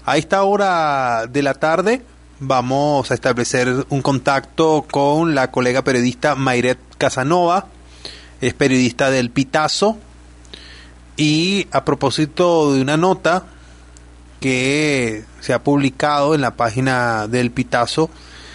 A esta hora de la tarde vamos a establecer un contacto con la colega periodista Mayret Casanova, es periodista del Pitazo, y a propósito de una nota que se ha publicado en la página del Pitazo,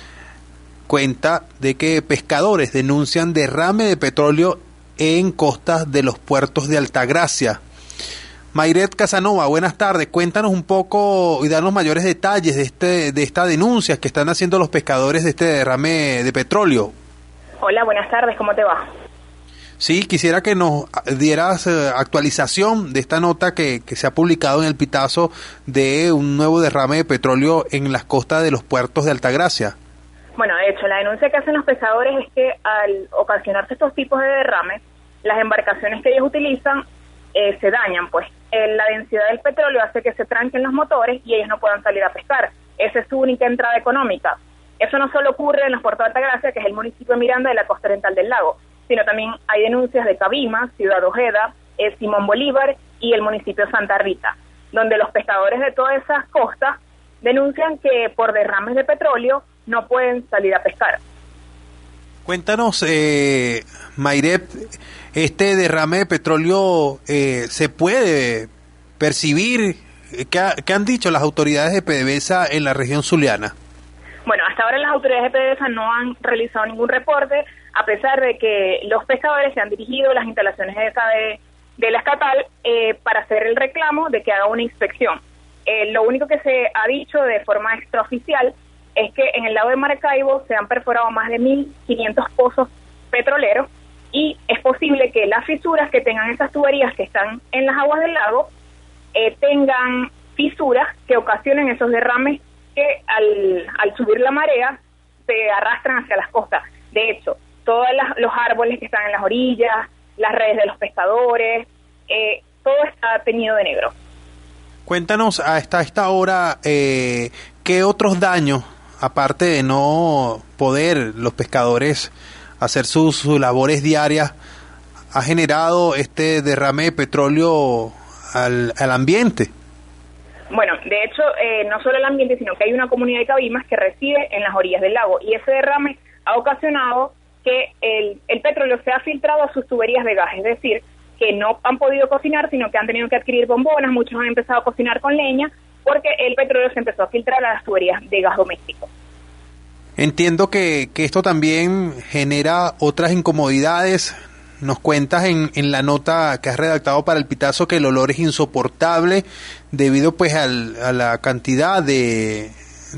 cuenta de que pescadores denuncian derrame de petróleo en costas de los puertos de Altagracia. Mayret Casanova, buenas tardes. Cuéntanos un poco y danos mayores detalles de esta denuncia que están haciendo los pescadores de este derrame de petróleo. Hola, buenas tardes, ¿cómo te va? Sí, quisiera que nos dieras actualización de esta nota que se ha publicado en el Pitazo de un nuevo derrame de petróleo en las costas de los puertos de Altagracia. Bueno, de hecho, la denuncia que hacen los pescadores es que al ocasionarse estos tipos de derrames, las embarcaciones que ellos utilizan se dañan, pues. La densidad del petróleo hace que se tranquen los motores y ellos no puedan salir a pescar. Esa es su única entrada económica. Eso no solo ocurre en los puertos de Altagracia, que es el municipio de Miranda de la costa oriental del lago, sino también hay denuncias de Cabima, Ciudad Ojeda, Simón Bolívar y el municipio de Santa Rita, donde los pescadores de todas esas costas denuncian que por derrames de petróleo no pueden salir a pescar. Cuéntanos, Mayret, este derrame de petróleo se puede percibir. ¿Qué han dicho las autoridades de PDVSA en la región zuliana? Bueno, hasta ahora las autoridades de PDVSA no han realizado ningún reporte, a pesar de que los pescadores se han dirigido a las instalaciones de la estatal para hacer el reclamo de que haga una inspección. Lo único que se ha dicho de forma extraoficial es que en el lago de Maracaibo se han perforado más de 1.500 pozos petroleros y es posible que las fisuras que tengan esas tuberías que están en las aguas del lago tengan fisuras que ocasionen esos derrames que al subir la marea se arrastran hacia las costas. De hecho, todos los árboles que están en las orillas, las redes de los pescadores, todo está teñido de negro. Cuéntanos hasta esta hora qué otros daños, aparte de no poder los pescadores hacer sus labores diarias, ha generado este derrame de petróleo al ambiente. Bueno, de hecho, no solo el ambiente, sino que hay una comunidad de cabimas que reside en las orillas del lago, y ese derrame ha ocasionado que el petróleo se ha filtrado a sus tuberías de gas, es decir, que no han podido cocinar, sino que han tenido que adquirir bombonas, muchos han empezado a cocinar con leña, porque el petróleo se empezó a filtrar a las tuberías de gas doméstico. Entiendo que esto también genera otras incomodidades. Nos cuentas en la nota que has redactado para el Pitazo que el olor es insoportable debido pues a la cantidad de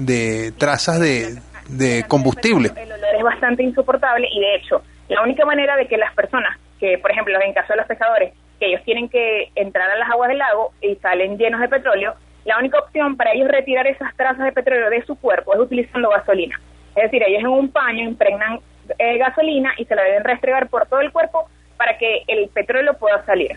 trazas de combustible. El olor es bastante insoportable y de hecho la única manera de que las personas que, por ejemplo, en caso de los pescadores, que ellos tienen que entrar a las aguas del lago y salen llenos de petróleo, la única opción para ellos retirar esas trazas de petróleo de su cuerpo es utilizando gasolina. Es decir, ellos en un paño impregnan gasolina y se la deben restregar por todo el cuerpo para que el petróleo pueda salir.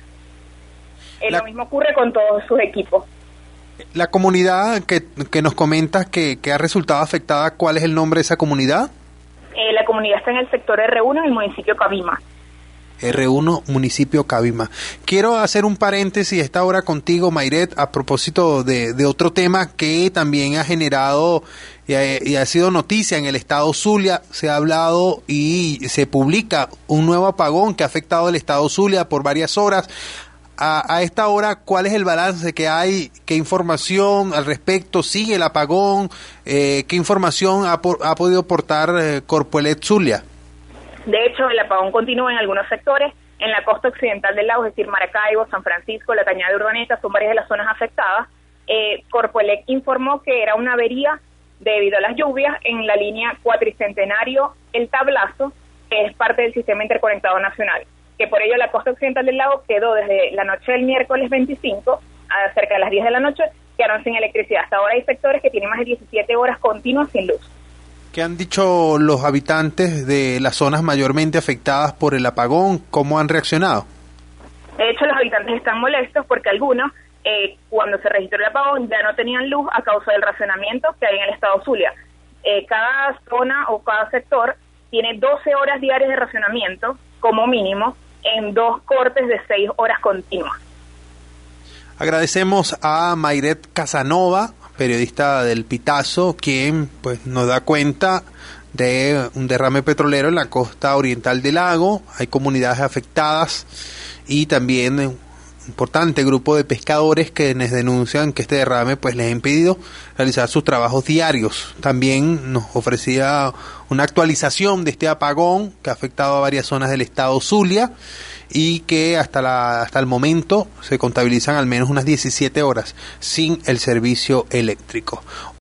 Lo mismo ocurre con todos sus equipos. La comunidad que nos comentas que ha resultado afectada, ¿cuál es el nombre de esa comunidad? La comunidad está en el sector R1 en el municipio Cabima. R1, municipio Cabima. Quiero hacer un paréntesis a esta hora contigo, Mayret, a propósito de otro tema que también ha generado y ha sido noticia en el estado Zulia. Se ha hablado y se publica un nuevo apagón que ha afectado al estado Zulia por varias horas. A esta hora, ¿cuál es el balance que hay? ¿Qué información al respecto? ¿Sigue el apagón? ¿Qué información ha podido aportar Corpoelec Zulia? De hecho, el apagón continúa en algunos sectores, en la costa occidental del lago, es decir, Maracaibo, San Francisco, la Cañada de Urdaneta, son varias de las zonas afectadas. Corpoelec informó que era una avería debido a las lluvias en la línea Cuatricentenario El Tablazo, que es parte del Sistema Interconectado Nacional, que por ello la costa occidental del lago quedó desde la noche del miércoles 25 a cerca de las 10 de la noche, quedaron sin electricidad. Hasta ahora hay sectores que tienen más de 17 horas continuas sin luz. ¿Qué han dicho los habitantes de las zonas mayormente afectadas por el apagón? ¿Cómo han reaccionado? De hecho, los habitantes están molestos porque algunos, cuando se registró el apagón, ya no tenían luz a causa del racionamiento que hay en el estado Zulia. Cada zona o cada sector tiene 12 horas diarias de racionamiento, como mínimo, en 2 cortes de 6 horas continuas. Agradecemos a Mayret Casanova, periodista del Pitazo, quien pues nos da cuenta de un derrame petrolero en la costa oriental del lago. Hay comunidades afectadas y también un importante grupo de pescadores quienes denuncian que este derrame pues les ha impedido realizar sus trabajos diarios. También nos ofrecía una actualización de este apagón que ha afectado a varias zonas del estado Zulia y que hasta el momento se contabilizan al menos unas 17 horas sin el servicio eléctrico.